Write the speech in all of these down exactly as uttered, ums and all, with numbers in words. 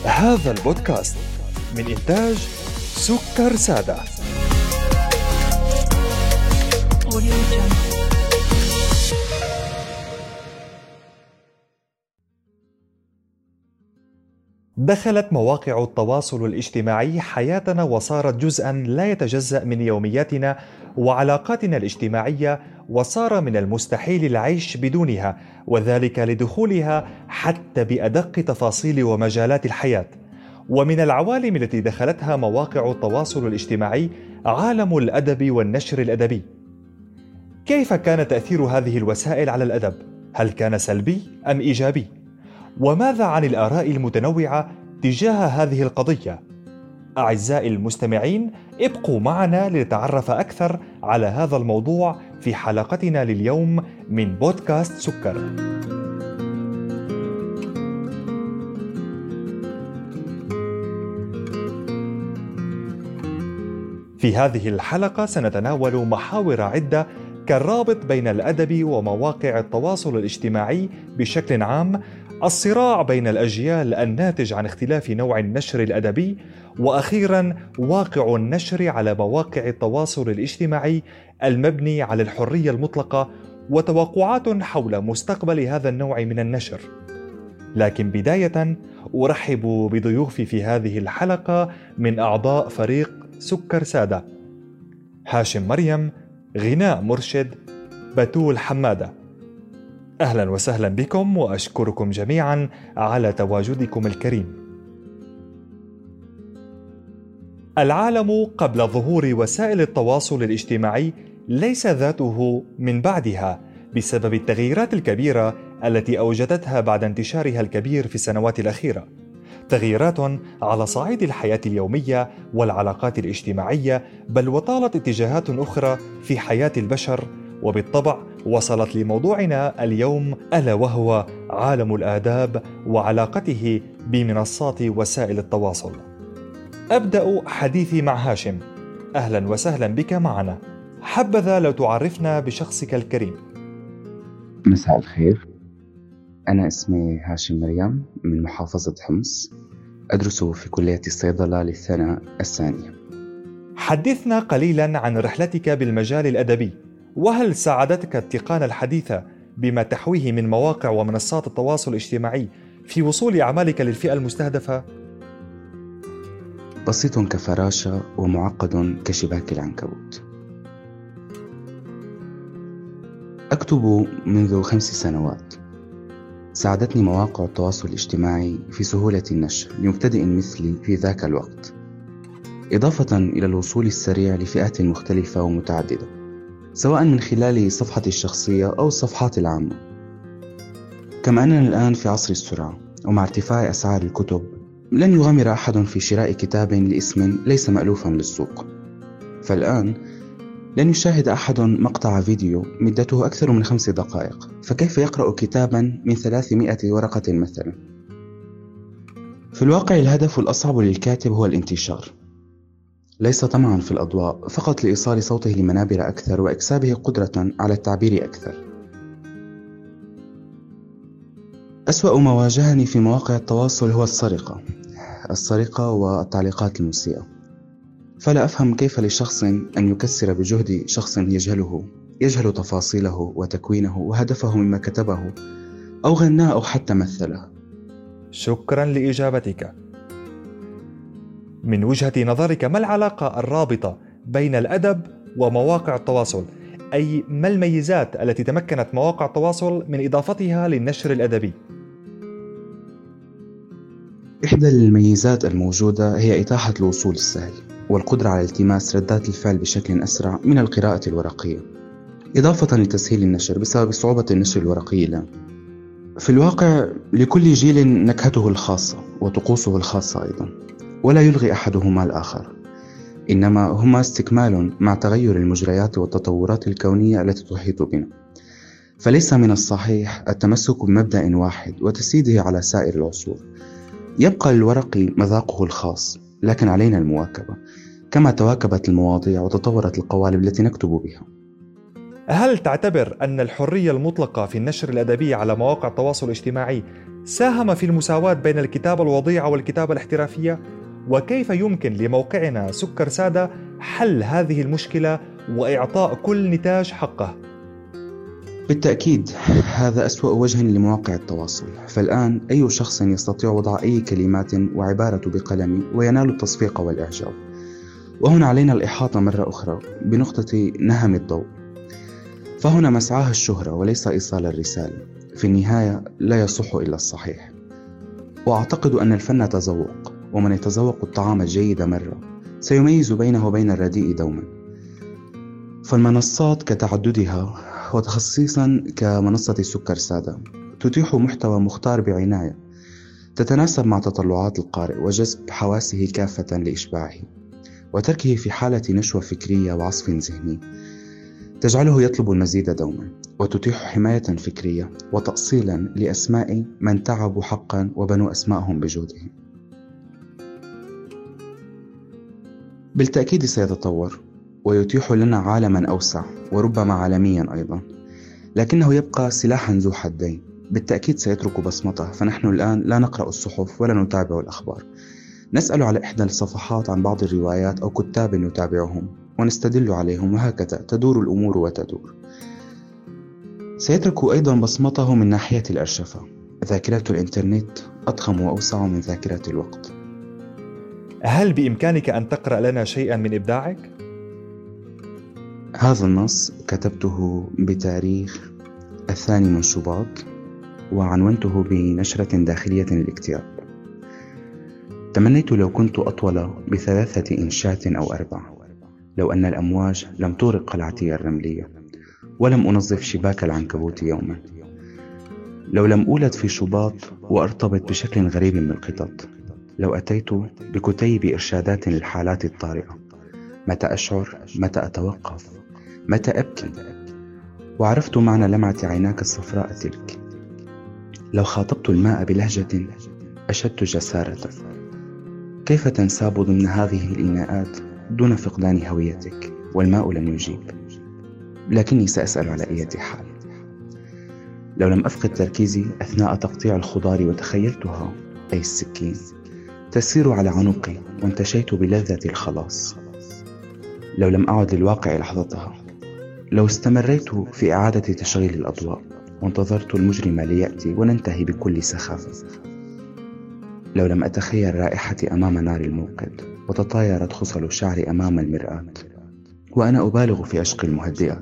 هذا البودكاست من إنتاج سكر سادة. دخلت مواقع التواصل الاجتماعي حياتنا وصارت جزءاً لا يتجزأ من يومياتنا وعلاقاتنا الاجتماعية، وصار من المستحيل العيش بدونها، وذلك لدخولها حتى بأدق تفاصيل ومجالات الحياة. ومن العوالم التي دخلتها مواقع التواصل الاجتماعي عالم الأدب والنشر الأدبي. كيف كان تأثير هذه الوسائل على الأدب؟ هل كان سلبي أم إيجابي؟ وماذا عن الآراء المتنوعة تجاه هذه القضية؟ أعزائي المستمعين، ابقوا معنا لنتعرف أكثر على هذا الموضوع في حلقتنا لليوم من بودكاست سكر. في هذه الحلقة سنتناول محاور عدة كالرابط بين الأدب ومواقع التواصل الاجتماعي بشكل عام، الصراع بين الأجيال الناتج عن اختلاف نوع النشر الأدبي، وأخيراً واقع النشر على مواقع التواصل الاجتماعي المبني على الحرية المطلقة، وتوقعات حول مستقبل هذا النوع من النشر. لكن بداية أرحب بضيوفي في هذه الحلقة من أعضاء فريق سكر سادة: هاشم مريم، غناء مرشد، بتول حمادة. أهلا وسهلا بكم، وأشكركم جميعا على تواجدكم الكريم. العالم قبل ظهور وسائل التواصل الاجتماعي ليس ذاته من بعدها، بسبب التغييرات الكبيرة التي أوجدتها بعد انتشارها الكبير في السنوات الأخيرة. تغييرات على صعيد الحياة اليومية والعلاقات الاجتماعية، بل وطالت اتجاهات أخرى في حياة البشر، وبالطبع وصلت لموضوعنا اليوم، ألا وهو عالم الآداب وعلاقته بمنصات وسائل التواصل. أبدأ حديثي مع هاشم. أهلا وسهلا بك معنا. حبذا لو تعرفنا بشخصك الكريم. مساء الخير، أنا اسمي هاشم مريم من محافظة حمص، أدرس في كلية الصيدلة للسنة الثانية. حدثنا قليلا عن رحلتك بالمجال الأدبي، وهل ساعدتك التقان الحديثة بما تحويه من مواقع ومنصات التواصل الاجتماعي في وصول أعمالك للفئة المستهدفة؟ بسيط كفراشة ومعقد كشباك العنكبوت. أكتب منذ خمس سنوات. ساعدتني مواقع التواصل الاجتماعي في سهولة النشر لمبتدئ مثلي في ذاك الوقت، إضافة إلى الوصول السريع لفئات مختلفة ومتعددة، سواء من خلال صفحتي الشخصية أو الصفحات العامة. كما أننا الآن في عصر السرعة، ومع ارتفاع أسعار الكتب لن يغامر أحد في شراء كتاب لاسم ليس مألوفا للسوق. فالآن لن يشاهد أحد مقطع فيديو مدته أكثر من خمس دقائق، فكيف يقرأ كتابا من ثلاثمائة ورقة مثلا؟ في الواقع الهدف الأصعب للكاتب هو الانتشار، ليس طمعا في الأضواء، فقط لإيصال صوته لمنابر أكثر وإكسابه قدرة على التعبير أكثر. أسوأ ما واجهني في مواقع التواصل هو السرقة السرقة والتعليقات المسيئة. فلا أفهم كيف لشخص أن يكسر بجهد شخص يجهله يجهل تفاصيله وتكوينه وهدفه مما كتبه أو غناه أو حتى مثله. شكرا لإجابتك. من وجهة نظرك، ما العلاقة الرابطة بين الأدب ومواقع التواصل؟ أي ما الميزات التي تمكنت مواقع التواصل من إضافتها للنشر الأدبي؟ إحدى الميزات الموجودة هي إتاحة الوصول السهل والقدرة على التماس ردات الفعل بشكل أسرع من القراءة الورقية، إضافة لتسهيل النشر بسبب صعوبة النشر الورقي الآن. في الواقع لكل جيل نكهته الخاصة وطقوسه الخاصة أيضا، ولا يلغي أحدهما الآخر، إنما هما استكمال مع تغير المجريات والتطورات الكونية التي تحيط بنا. فليس من الصحيح التمسك بمبدأ واحد وتسييده على سائر العصور. يبقى للورق مذاقه الخاص، لكن علينا المواكبة، كما تواكبت المواضيع وتطورت القوالب التي نكتب بها. هل تعتبر أن الحرية المطلقة في النشر الأدبي على مواقع التواصل الاجتماعي ساهم في المساواة بين الكتابة الوضيعة والكتابة الاحترافية؟ وكيف يمكن لموقعنا سكر سادة حل هذه المشكلة وإعطاء كل نتاج حقه؟ بالتأكيد هذا أسوأ وجه لمواقع التواصل، فالآن أي شخص يستطيع وضع أي كلمات وعبارة بقلمه وينال التصفيق والإعجاب. وهنا علينا الإحاطة مرة أخرى بنقطة نهم الضوء، فهنا مسعاها الشهرة وليس إيصال الرسالة. في النهاية لا يصح إلا الصحيح. وأعتقد أن الفن تذوق، ومن يتذوق الطعام الجيد مرة سيميز بينه وبين الرديء دوما. فالمنصات كتعددها وتخصيصا كمنصة سكر سادة تتيح محتوى مختار بعناية تتناسب مع تطلعات القارئ وجذب حواسه كافة لإشباعه، وتركه في حالة نشوة فكرية وعصف ذهني تجعله يطلب المزيد دوما، وتتيح حماية فكرية وتأصيلا لأسماء من تعبوا حقا وبنوا أسماءهم بجهدهم. بالتأكيد سيتطور ويتيح لنا عالما أوسع وربما عالميا أيضا، لكنه يبقى سلاحا ذو حدين. بالتأكيد سيترك بصمته، فنحن الآن لا نقرأ الصحف ولا نتابع الأخبار، نسأل على إحدى الصفحات عن بعض الروايات أو كتاب نتابعهم ونستدل عليهم، وهكذا تدور الأمور وتدور. سيترك أيضا بصمته من ناحية الأرشفة. ذاكرة الإنترنت أضخم وأوسع من ذاكرة الوقت. هل بإمكانك أن تقرأ لنا شيئا من إبداعك؟ هذا النص كتبته بتاريخ الثاني من شباط، وعنونته بنشرة داخلية للاكتئاب. تمنيت لو كنت أطول بثلاثة إنشات أو أربع، لو أن الأمواج لم تغرق قلعتي الرملية، ولم أنظف شباك العنكبوت يوما، لو لم أولد في شباط وأرتبط بشكل غريب من القطط، لو أتيت بكتيب إرشادات للحالات الطارئة، متى أشعر، متى أتوقف، متى أبكي، وعرفت معنى لمعة عيناك الصفراء تلك، لو خاطبت الماء بلهجة أشدت جسارة، كيف تنساب ضمن هذه الإناءات دون فقدان هويتك؟ والماء لن يجيب، لكني سأسأل على أي حال. لو لم أفقد تركيزي أثناء تقطيع الخضار وتخيلتها، أي السكين، تسير على عنقي وانتشيت بلذة الخلاص، لو لم أعد للواقع لحظتها، لو استمريت في إعادة تشغيل الأضواء وانتظرت المجرم ليأتي وننتهي بكل سخافة، لو لم أتخيل رائحتي أمام نار الموقد وتطايرت خصل شعري أمام المرآة وأنا أبالغ في عشق المهدئة،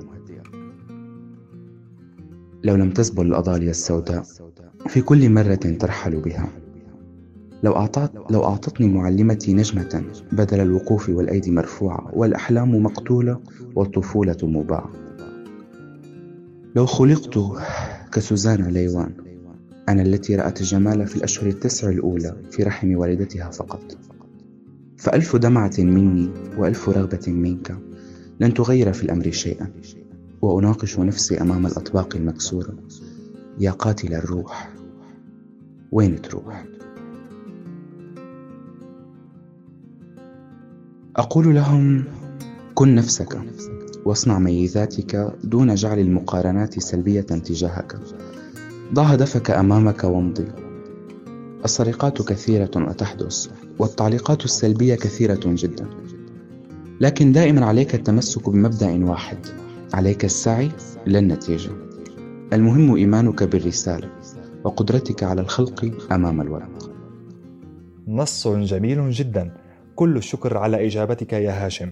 لو لم تزبل الأضالي السوداء في كل مرة ترحل بها، لو أعطت لو أعطتني معلمتي نجمة بدل الوقوف والأيدي مرفوعة والأحلام مقتولة والطفولة مباعة، لو خلقت كسوزانا ليوان، أنا التي رأت الجمال في الأشهر التسع الأولى في رحم والدتها فقط، فألف دمعة مني وألف رغبة منك لن تغير في الأمر شيئا، وأناقش نفسي أمام الأطباق المكسورة، يا قاتل الروح وين تروح؟ أقول لهم كن نفسك واصنع ميزاتك دون جعل المقارنات سلبية تجاهك، ضع هدفك أمامك وامضي. السرقات كثيرة وتحدث، والتعليقات السلبية كثيرة جدا، لكن دائما عليك التمسك بمبدأ واحد، عليك السعي لا النتيجة. المهم إيمانك بالرسالة وقدرتك على الخلق أمام الورق. نص جميل جدا، كل الشكر على إجابتك يا هاشم.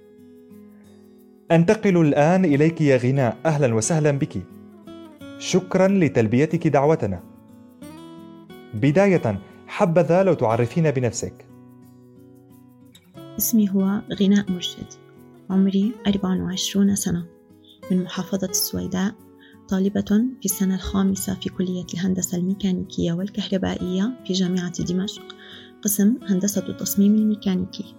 أنتقل الآن إليك يا غناء، أهلا وسهلا بك، شكرا لتلبيتك دعوتنا. بداية حبذا لو تعرفين بنفسك. اسمي هو غناء مرشد، عمري أربع وعشرين سنة، من محافظة السويداء، طالبة في السنة الخامسة في كلية الهندسة الميكانيكية والكهربائية في جامعة دمشق، قسم هندسة التصميم الميكانيكي.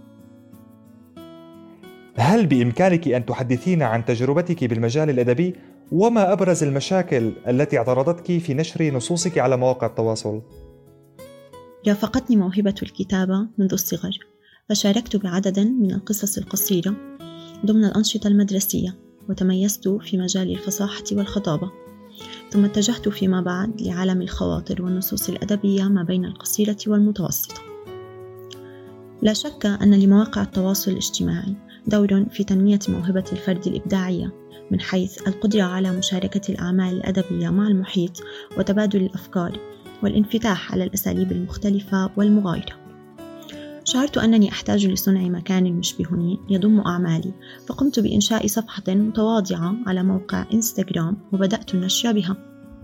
هل بإمكانك أن تحدثينا عن تجربتك بالمجال الأدبي وما أبرز المشاكل التي اعترضتك في نشر نصوصك على مواقع التواصل؟ رافقتني موهبة الكتابة منذ الصغر، فشاركت بعدد من القصص القصيرة ضمن الأنشطة المدرسية، وتميزت في مجال الفصاحة والخطابة، ثم اتجهت فيما بعد لعالم الخواطر والنصوص الأدبية ما بين القصيرة والمتوسطة. لا شك أن لمواقع التواصل الاجتماعي دور في تنمية موهبة الفرد الإبداعية، من حيث القدرة على مشاركة الأعمال الأدبية مع المحيط وتبادل الأفكار والانفتاح على الأساليب المختلفة والمغايرة. شعرت أنني أحتاج لصنع مكان يشبهني يضم أعمالي، فقمت بإنشاء صفحة متواضعة على موقع إنستغرام وبدأت النشر بها.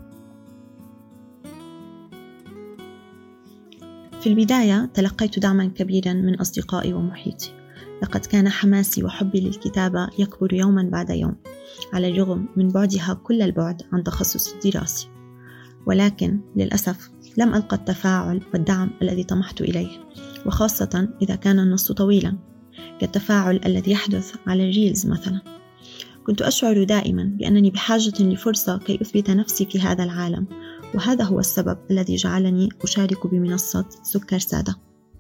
في البداية تلقيت دعما كبيرا من أصدقائي ومحيطي، لقد كان حماسي وحبي للكتابة يكبر يوما بعد يوم، على الرغم من بعدها كل البعد عن تخصص الدراسي. ولكن للأسف لم ألقى التفاعل والدعم الذي طمحت إليه، وخاصة إذا كان النص طويلا، كالتفاعل الذي يحدث على الريلز مثلا. كنت أشعر دائما بأنني بحاجة لفرصة كي أثبت نفسي في هذا العالم، وهذا هو السبب الذي جعلني أشارك بمنصة سكر سادة.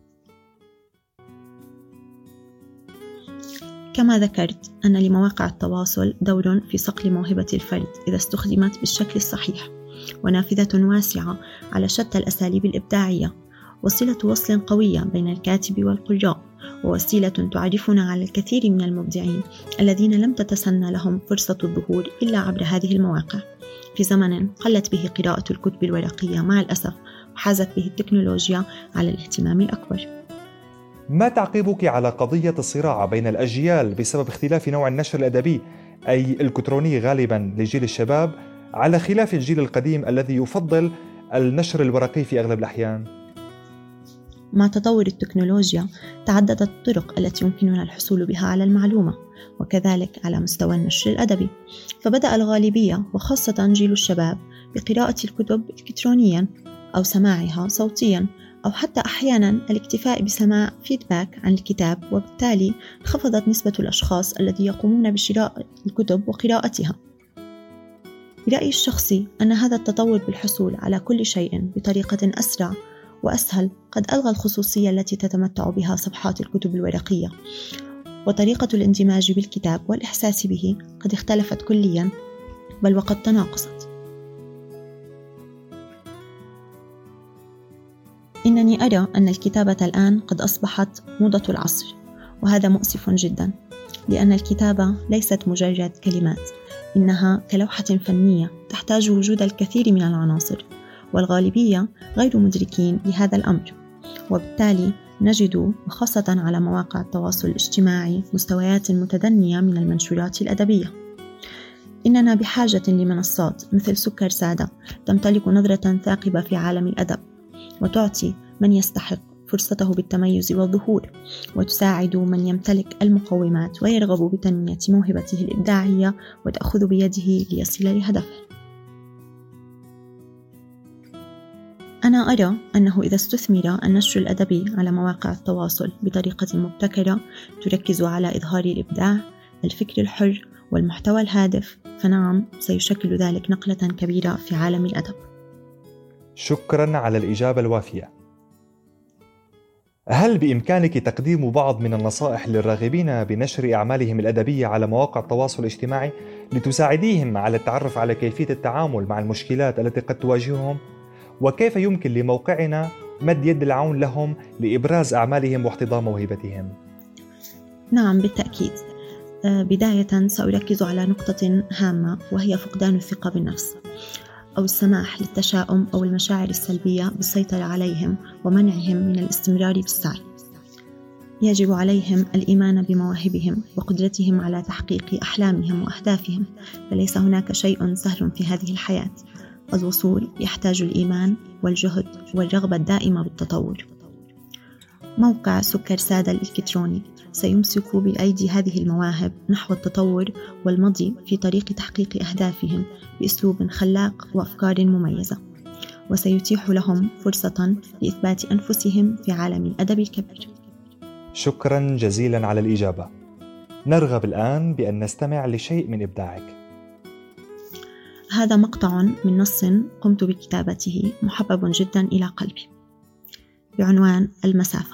كما ذكرت أن لمواقع التواصل دور في صقل موهبة الفرد إذا استخدمت بالشكل الصحيح، ونافذة واسعة على شتى الأساليب الإبداعية، وصلة وصل قوية بين الكاتب والقراء، ووسيلة تعرفنا على الكثير من المبدعين الذين لم تتسنى لهم فرصة الظهور إلا عبر هذه المواقع، في زمن قلت به قراءة الكتب الورقية مع الأسف، وحازت به التكنولوجيا على الاهتمام الأكبر. ما تعقيبك على قضية الصراع بين الأجيال بسبب اختلاف نوع النشر الأدبي، أي الإلكتروني غالبا لجيل الشباب، على خلاف الجيل القديم الذي يفضل النشر الورقي في أغلب الأحيان؟ مع تطور التكنولوجيا تعددت الطرق التي يمكننا الحصول بها على المعلومة، وكذلك على مستوى النشر الأدبي. فبدأ الغالبية وخاصة جيل الشباب بقراءة الكتب إلكترونيا أو سماعها صوتيا، أو حتى أحيانا الاكتفاء بسماع فيدباك عن الكتاب، وبالتالي انخفضت نسبة الأشخاص الذين يقومون بشراء الكتب وقراءتها. برأيي الشخصي أن هذا التطور بالحصول على كل شيء بطريقة أسرع وأسهل قد ألغى الخصوصية التي تتمتع بها صفحات الكتب الورقية، وطريقة الاندماج بالكتاب والإحساس به قد اختلفت كليا، بل وقد تناقصت. إنني أرى أن الكتابة الآن قد أصبحت موضة العصر، وهذا مؤسف جدا، لأن الكتابة ليست مجرد كلمات، إنها كلوحة فنية تحتاج وجود الكثير من العناصر، والغالبية غير مدركين لهذا الأمر، وبالتالي نجد وخاصة على مواقع التواصل الاجتماعي مستويات متدنية من المنشورات الأدبية. إننا بحاجة لمنصات مثل سكر سادة تمتلك نظرة ثاقبة في عالم الأدب، وتعطي من يستحق فرصته بالتميز والظهور، وتساعد من يمتلك المقومات ويرغب بتنمية موهبته الإبداعية وتأخذ بيده ليصل لهدفه. أنا أرى أنه إذا استثمر النشر الأدبي على مواقع التواصل بطريقة مبتكرة تركز على إظهار الإبداع، الفكر الحر والمحتوى الهادف، فنعم سيشكل ذلك نقلة كبيرة في عالم الأدب. شكرا على الإجابة الوافية. هل بإمكانك تقديم بعض من النصائح للراغبين بنشر أعمالهم الأدبية على مواقع التواصل الاجتماعي لتساعديهم على التعرف على كيفية التعامل مع المشكلات التي قد تواجههم؟ وكيف يمكن لموقعنا مد يد العون لهم لإبراز أعمالهم واحتضان موهبتهم؟ نعم بالتأكيد. بداية سأركز على نقطة هامة، وهي فقدان الثقة بالنفس، أو السماح للتشاؤم أو المشاعر السلبية بالسيطرة عليهم ومنعهم من الاستمرار بالسعي. يجب عليهم الإيمان بمواهبهم وقدرتهم على تحقيق أحلامهم وأهدافهم، فليس هناك شيء سهل في هذه الحياة. الوصول يحتاج الإيمان والجهد والرغبة الدائمة بالتطور. موقع سكر سادة الإلكتروني سيمسك بأيدي هذه المواهب نحو التطور والمضي في طريق تحقيق أهدافهم بأسلوب خلاق وأفكار مميزة، وسيتيح لهم فرصة لإثبات أنفسهم في عالم الأدب الكبير. شكرا جزيلا على الإجابة. نرغب الآن بأن نستمع لشيء من إبداعك. هذا مقطع من نص قمت بكتابته محبب جدا إلى قلبي، بعنوان المسافة.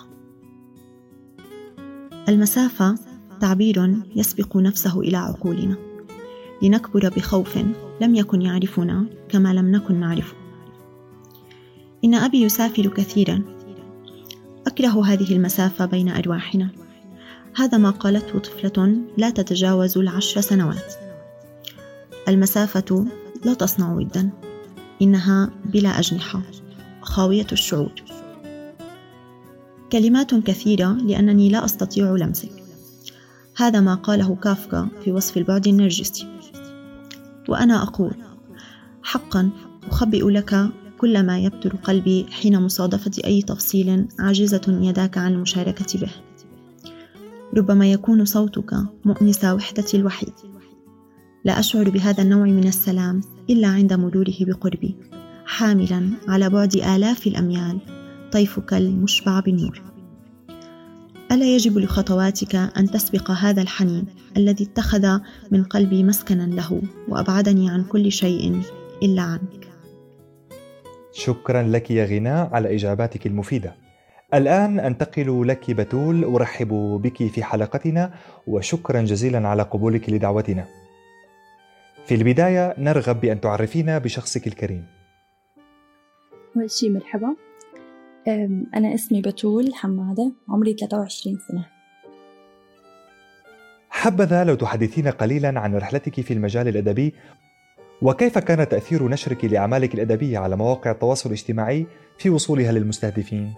المسافة تعبير يسبق نفسه إلى عقولنا، لنكبر بخوف لم يكن يعرفنا كما لم نكن نعرفه. إن أبي يسافر كثيرا، أكره هذه المسافة بين أرواحنا. هذا ما قالته طفلة لا تتجاوز العشر سنوات. المسافة لا تصنع ودا، إنها بلا أجنحة، خاوية الشعور. كلمات كثيرة لأنني لا أستطيع لمسك. هذا ما قاله كافكا في وصف البعد النرجسي. وأنا أقول حقا أخبئ لك كل ما يبتر قلبي حين مصادفة أي تفصيل عاجزة يداك عن المشاركة به. ربما يكون صوتك مؤنس وحدتي الوحيد. لا أشعر بهذا النوع من السلام إلا عند مروره بقربي، حاملا على بعد آلاف الأميال طيفك المشبع بالنور. ألا يجب لخطواتك أن تسبق هذا الحنين الذي اتخذ من قلبي مسكنا له وأبعدني عن كل شيء إلا عنك؟ شكرا لك يا غناء على إجاباتك المفيدة. الآن أنتقل لك بتول، أرحب بك في حلقتنا وشكرا جزيلا على قبولك لدعوتنا. في البداية نرغب بأن تعرفينا بشخصك الكريم. أول شيء مرحبا، أنا اسمي بتول حمادة، عمري ثلاثة وعشرين سنة. حبذا لو تحدثين قليلا عن رحلتك في المجال الأدبي، وكيف كان تأثير نشرك لأعمالك الأدبية على مواقع التواصل الاجتماعي في وصولها للمستهدفين؟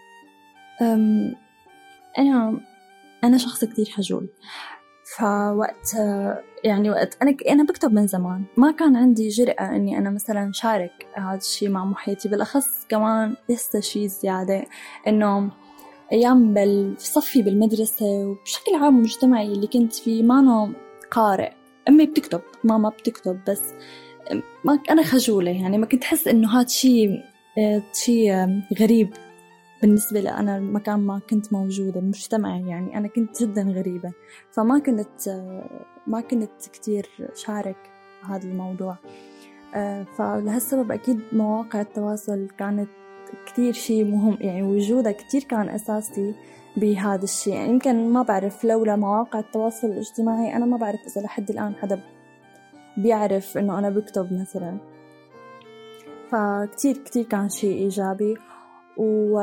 أنا أنا شخص كتير خجول، فوقت يعني وقت أنا أنا بكتب من زمان ما كان عندي جرأة إني أنا مثلا شارك هذا الشيء مع محيطي، بالأخص كمان لسه شيء زيادة إنه أيام بالصفي بالمدرسة وبشكل عام مجتمعي اللي كنت فيه ما أنا قارئ. أمي بتكتب، ماما بتكتب، بس ما أنا خجولة، يعني ما كنت أحس إنه هذا شيء شيء غريب بالنسبة لي. أنا المكان ما كنت موجودة، المجتمع يعني أنا كنت جدا غريبة، فما كنت ما كنت كتير شارك هذا الموضوع. فلهالسبب أكيد مواقع التواصل كانت كتير شيء مهم، يعني وجودها كتير كان أساسي بهذا الشيء. يعني يمكن ما بعرف لولا مواقع التواصل الاجتماعي أنا ما بعرف إذا لحد الآن حدا بيعرف إنه أنا بكتب مثلا. فكتير كتير كان شيء إيجابي. و...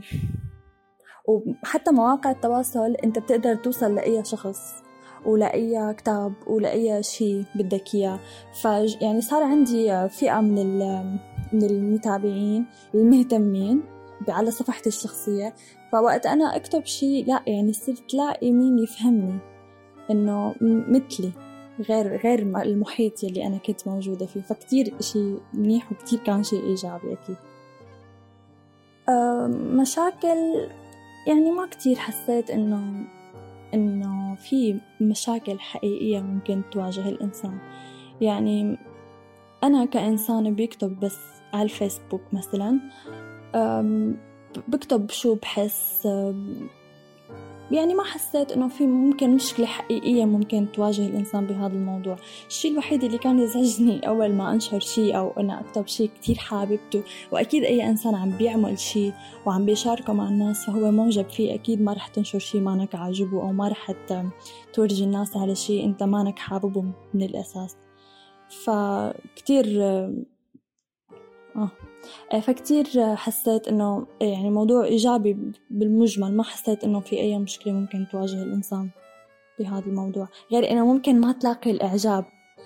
وحتى مواقع التواصل أنت بتقدر توصل لأي شخص ولأي كتاب ولأي شيء بدك إياه. فيعني صار عندي فئة من من المتابعين المهتمين على صفحتي الشخصية، فوقت أنا أكتب شيء لا يعني صرت لاقي مين يفهمني إنه مثلي غير غير المحيط اللي أنا كنت موجودة فيه. فكتير شيء منيح وكتير كان شيء إيجابي أكيد. مشاكل يعني ما كتير حسيت إنه إنه في مشاكل حقيقية ممكن تواجه الإنسان. يعني أنا كإنسان بيكتب بس على الفيسبوك مثلا بكتب شو بحس، يعني ما حسيت إنه في ممكن مشكلة حقيقية ممكن تواجه الإنسان بهذا الموضوع. الشيء الوحيد اللي كان يزعجني أول ما أنشر شيء أو أنا أكتب شيء كتير حاببته، وأكيد أي إنسان عم بيعمل شيء وعم بيشاركه مع الناس فهو معجب فيه، أكيد ما رح تنشر شيء ما نك عاجبه أو ما رح تورجي الناس على شيء أنت ما نك حاببه من الأساس. فكتير آه فكتير حسيت إنه يعني موضوع إيجابي بالمجمل، ما حسيت إنه في أي مشكلة ممكن تواجه الإنسان بهذا الموضوع، غير إنه ممكن ما تلاقي الإعجاب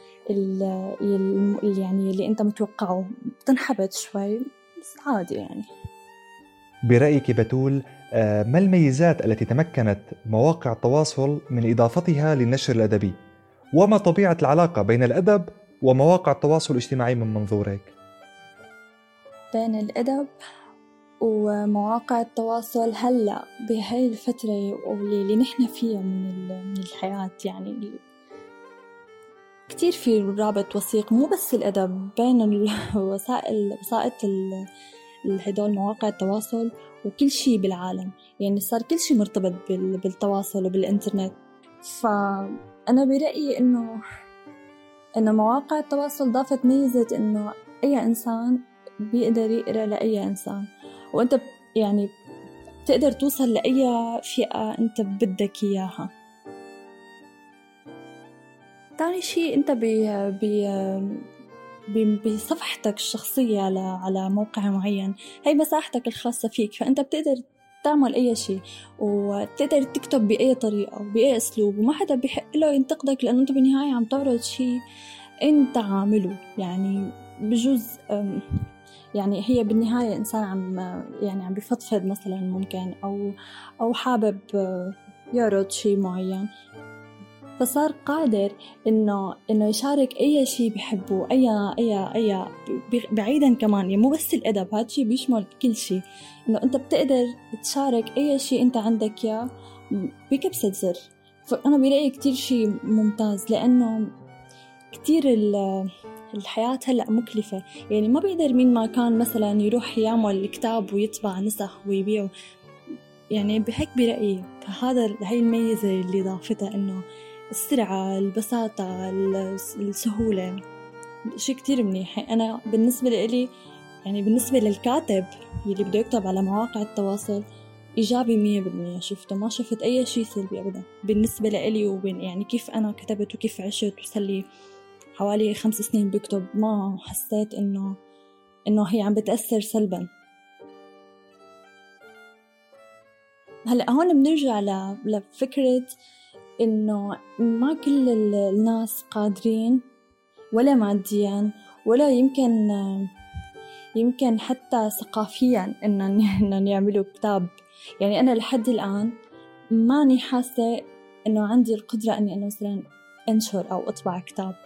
اللي يعني اللي أنت متوقعه، بتنحبط شوي بس عادي يعني. برأيك بتول، ما الميزات التي تمكنت مواقع التواصل من إضافتها للنشر الأدبي؟ وما طبيعة العلاقة بين الأدب ومواقع التواصل الاجتماعي من منظورك؟ بين الأدب ومواقع التواصل هلأ بهاي الفترة اللي نحن فيها من من الحياة، يعني كتير في رابط وثيق مو بس الأدب بين الوسائل وسائط هدول مواقع التواصل وكل شيء بالعالم. يعني صار كل شيء مرتبط بالتواصل وبالإنترنت. فأنا برأيي إنه إنه مواقع التواصل ضافت ميزة إنه أي إنسان بيقدر يقرأ لأي إنسان، وأنت يعني تقدر توصل لأي فئة أنت بدك إياها. تاني شيء أنت بي بي بصفحتك الشخصية على على موقع معين، هي مساحتك الخاصة فيك، فأنت بتقدر تعمل أي شيء وتقدر تكتب بأي طريقة وبأي أسلوب، وما حدا بيحق له ينتقدك، لأنه أنت بالنهاية عم تعرض شيء أنت عامله. يعني بجوز يعني هي بالنهاية إنسان عم يعني عم بيفضفض مثلا ممكن أو أو حابب يعرض شيء معين، فصار قادر إنه إنه يشارك أي شيء بيحبه، أي أي أي بعيدا كمان، يعني مو بس الأدب، هذا شيء بيشمل كل شيء، إنه أنت بتقدر تشارك أي شيء أنت عندك إياه بكبسة زر. فأنا برأيي كتير شيء ممتاز، لأنه كتير الحياة هلأ مكلفة، يعني ما بيقدر مين ما كان مثلا يروح يعمل كتاب ويطبع نسخ ويبيعه، يعني بهيك برأيي. فهذا هاي الميزة اللي ضافتها، إنه السرعة، البساطة، السهولة، شيء كتير منيح. أنا بالنسبة لي يعني بالنسبة للكاتب اللي بده يكتب على مواقع التواصل إيجابي مية بالمية، شفته ما شفت أي شيء سلبي أبدا بالنسبة لي. وبين يعني كيف أنا كتبت وكيف عشت وصلي حوالي خمس سنين بكتب، ما حسيت إنه إنه هي عم بتأثر سلبا. هلأ هون بنرجع لفكرة إنه ما كل الناس قادرين ولا ماديا ولا يمكن يمكن حتى ثقافيا إنه يعملوا كتاب. يعني أنا لحد الآن ماني حاسة إنه عندي القدرة إني أنا مثلا أنشر أو أطبع كتاب.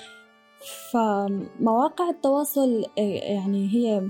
فمواقع التواصل يعني هي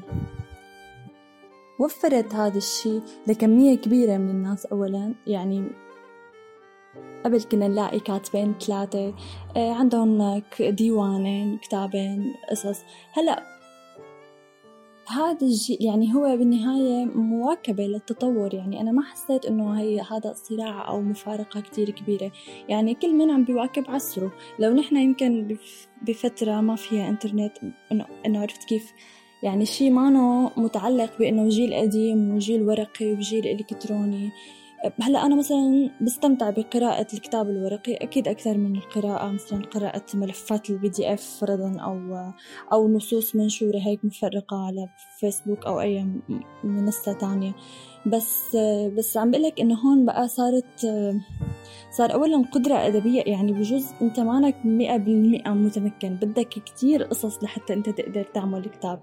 وفرت هذا الشيء لكمية كبيرة من الناس. أولاً يعني قبل كنا نلاقي كاتبين ثلاثة عندهم ديوانين كتابين قصص، هلأ هذا الجيل يعني هو بالنهاية مواكبة للتطور. يعني أنا ما حسيت إنه هي هذا صراع أو مفارقة كتير كبيرة، يعني كل من عم بيواكب عصره. لو نحن يمكن بفترة ما فيها إنترنت إنه إنه عرفت كيف، يعني شيء ما أنه متعلق بأنه جيل قديم وجيل ورقي وجيل إلكتروني. هلأ أنا مثلا بستمتع بقراءة الكتاب الورقي أكيد أكثر من القراءة مثلا قراءة ملفات البي دي إف فرضا، أو أو نصوص منشورة هيك مفرقة على فيسبوك أو أي منصة تانية. بس بس عم بقولك إنه هون بقى صارت صار أولا قدرة أدبية، يعني بجوز أنت مانك مئة بالمئة متمكن، بدك كتير قصص لحتى أنت تقدر تعمل كتاب.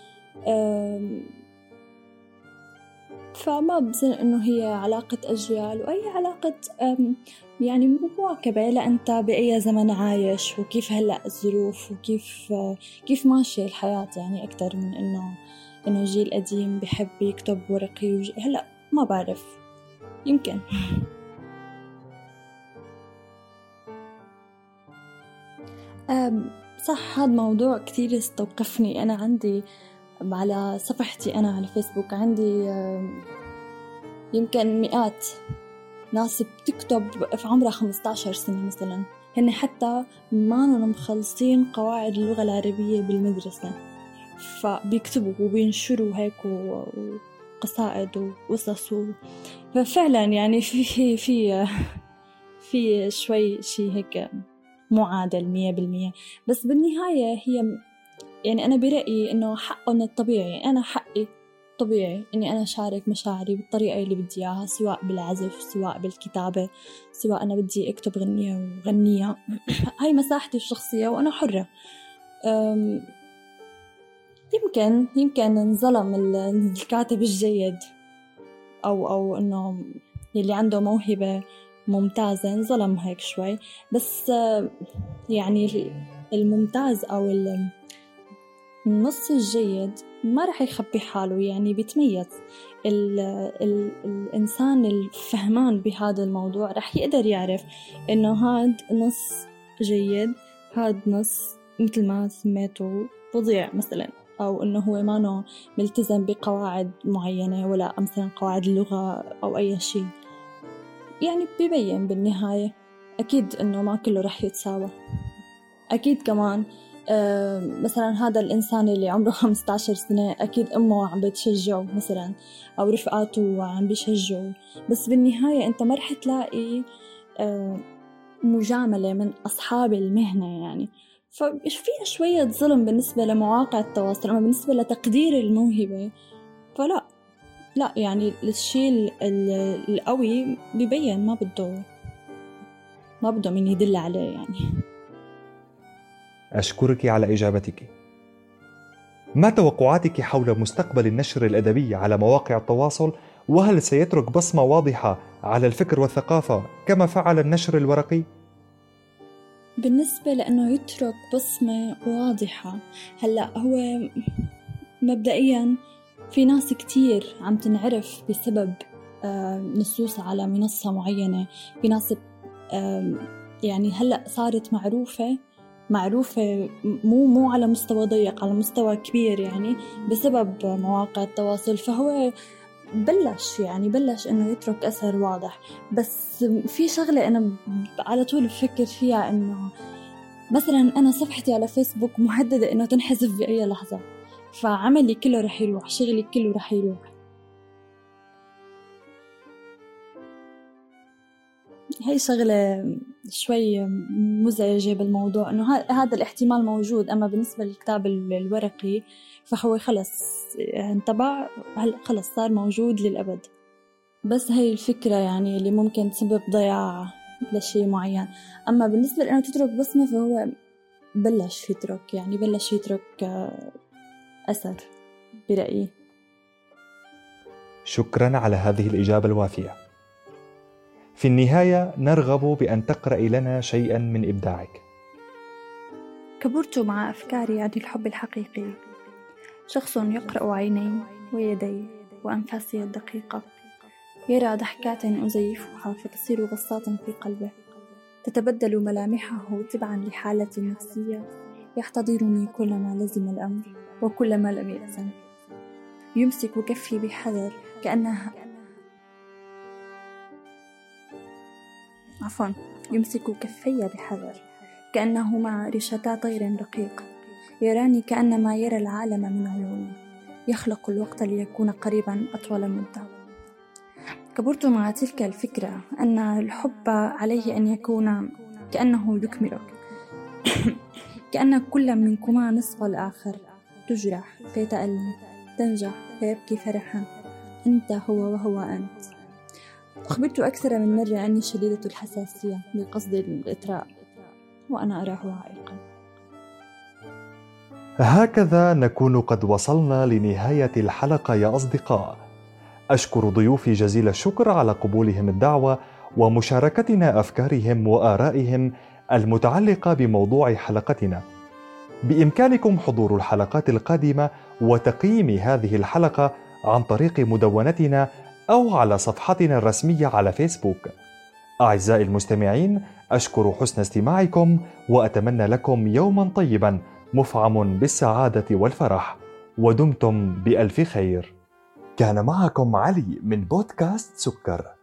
فما بظن إنه هي علاقة أجيال وأي علاقة يعني مواكبة، لا أنت بأي زمن عايش وكيف هلأ الظروف وكيف كيف ماشية الحياة، يعني أكتر من إنه إنه جيل قديم بحب يكتب ورقي هلأ ما بعرف يمكن. صح، هذا موضوع كتير استوقفني. أنا عندي على صفحتي أنا على فيسبوك عندي يمكن مئات ناس بتكتب في عمرها خمسة عشر سنة مثلا، هن حتى ما مخلصين قواعد اللغة العربية بالمدرسة، فبيكتبوا وبينشروا هيك وقصائد وقصص. ففعلا يعني في في في شوي شيء هيك معادل مية بالمية. بس بالنهاية هي يعني أنا برأيي إنه حقهم الطبيعي، أنا حقي طبيعي إني أنا أشارك مشاعري بالطريقة اللي بدي إياها، سواء بالعزف سواء بالكتابة، سواء أنا بدي أكتب غنية وغنية هاي مساحتي الشخصية وأنا حرة. يمكن يمكن نظلم الكاتب الجيد أو أو إنه اللي عنده موهبة ممتازة نظلم هيك شوي، بس يعني الممتاز أو النص الجيد ما رح يخبي حاله، يعني بيتميز. ال ال الإنسان الفهمان بهذا الموضوع رح يقدر يعرف إنه هاد نص جيد، هاد نص مثل ما سميته بضيع مثلا، أو إنه هو ما ملتزم بقواعد معينة ولا مثلا قواعد اللغة أو أي شيء. يعني بيبين بالنهاية أكيد إنه ما كله رح يتساوى. أكيد كمان أه مثلا هذا الإنسان اللي عمره خمسة عشر سنة أكيد أمه عم بتشجعه مثلا أو رفقاته عم بيشجعه، بس بالنهاية أنت ما رح تلاقي أه مجاملة من أصحاب المهنة يعني، ففيها شوية ظلم بالنسبة لمواقع التواصل. أما بالنسبة لتقدير الموهبة فلا لا يعني الشيء القوي بيبين، ما بده ما بده من يدل عليه يعني. أشكرك على إجابتك. ما توقعاتك حول مستقبل النشر الأدبي على مواقع التواصل؟ وهل سيترك بصمة واضحة على الفكر والثقافة كما فعل النشر الورقي؟ بالنسبة لأنه يترك بصمة واضحة، هلأ هو مبدئياً في ناس كتير عم تنعرف بسبب نصوص على منصة معينة. في ناس يعني هلأ صارت معروفة معروفة مو مو على مستوى ضيق، على مستوى كبير يعني بسبب مواقع التواصل. فهو بلش يعني بلش إنه يترك أثر واضح. بس في شغلة أنا على طول بفكر فيها، إنه مثلا أنا صفحتي على فيسبوك مهددة إنه تنحذف بأي لحظة، فعملي كله رح يروح، شغلي كله رح يروح. هاي شغلة شوي مزعجة بالموضوع، إنه هذا الاحتمال موجود. أما بالنسبة للكتاب الورقي فهو خلص انطبع، هلا خلص صار موجود للأبد. بس هاي الفكرة يعني اللي ممكن تسبب ضياع لشيء معين. أما بالنسبة لأنه تترك بصمة فهو بلش يترك يعني بلش يترك أثر برأيي. شكرا على هذه الإجابة الوافية. في النهاية نرغب بأن تقرأي لنا شيئا من إبداعك. كبرت مع أفكاري عن الحب الحقيقي، شخص يقرأ عيني ويدي وأنفاسي الدقيقة، يرى ضحكات أزيفها فتصير غصات في قلبه، تتبدل ملامحه تبعا لحالتي النفسية، يحتضرني كلما لزم الأمر وكلما لم يأذن، يمسك كفي بحذر كأنها عفوا يمسك كفي بحذر كأنهما رشتا طير رقيق، يراني كأنما يرى العالم من عيوني، يخلق الوقت ليكون قريبا أطول مدة. كبرت مع تلك الفكرة أن الحب عليه أن يكون كأنه يكملك كأن كل منكما نصف الآخر، تجرح فيتألم، تنجح فيبكي فرحا، أنت هو وهو أنت. أخبرت أكثر من مرة أني شديدة الحساسية بقصد الإطراء، وأنا أراه عائقا. هكذا نكون قد وصلنا لنهاية الحلقة يا أصدقاء. أشكر ضيوفي جزيل الشكر على قبولهم الدعوة ومشاركتنا أفكارهم وآرائهم المتعلقة بموضوع حلقتنا. بإمكانكم حضور الحلقات القادمة وتقييم هذه الحلقة عن طريق مدونتنا أو على صفحتنا الرسمية على فيسبوك. أعزائي المستمعين، أشكر حسن استماعكم وأتمنى لكم يوما طيبا مفعم بالسعادة والفرح، ودمتم بألف خير. كان معكم علي من بودكاست سكر.